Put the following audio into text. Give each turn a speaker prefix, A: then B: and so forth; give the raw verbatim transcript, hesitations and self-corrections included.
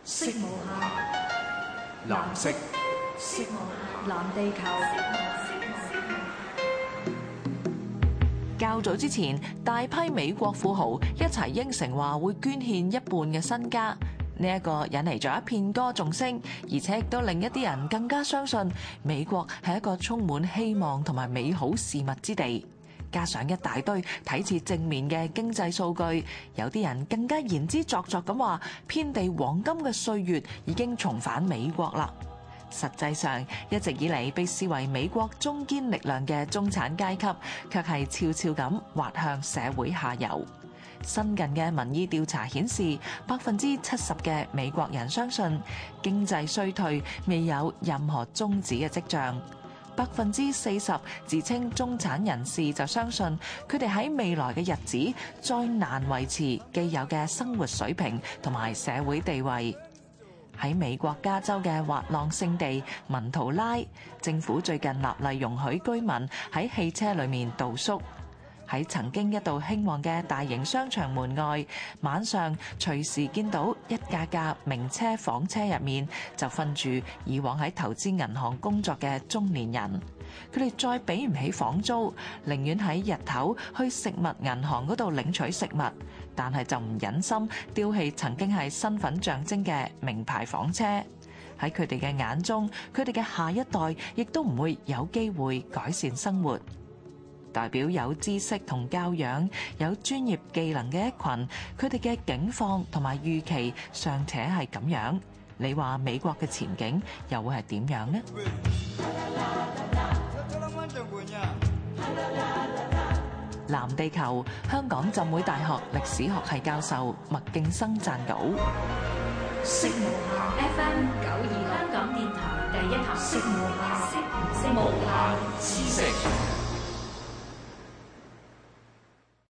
A: 色無限，藍色，色無限，藍地球。
B: 較早之前，大批美國富豪一齊應承話會捐獻一半嘅身家，呢一個引嚟咗一片歌頌聲，而且亦都令一啲人更加相信美國係一個充滿希望同埋美好事物之地。加上一大堆睇似正面嘅經濟數據，有啲人更加言之鑿鑿咁話，遍地黃金嘅歲月已經重返美國啦。實際上，一直以嚟被視為美國中堅力量嘅中產階級，卻係悄悄咁滑向社會下游。新近嘅民意調查顯示，百分之七十嘅美國人相信經濟衰退未有任何終止嘅跡象。百分之四十自稱中產人士就相信，佢哋喺未來嘅日子再難維持既有嘅生活水平同埋社會地位。喺美國加州嘅滑浪勝地文圖拉，政府最近立例容許居民喺汽車裏面露宿。喺曾經一度興旺嘅大型商場門外，晚上隨時見到一架架名車房車入面就瞓住以往喺投資銀行工作嘅中年人。佢哋再俾唔起房租，寧願喺日頭去食物銀行嗰度領取食物，但係就唔忍心丟棄曾經係身份象徵嘅名牌房車。喺佢哋嘅眼中，佢哋嘅下一代亦都唔會有機會改善生活。代表有知識同教養、有專業技能嘅一群，佢哋嘅境況同埋預期尚且係咁樣，你話美國嘅前景又會係點樣呢？藍地球，香港浸會大學歷史學系教授麥勁生撰稿。
A: 色無限 F M 九二六，香港電台第一台。色無限。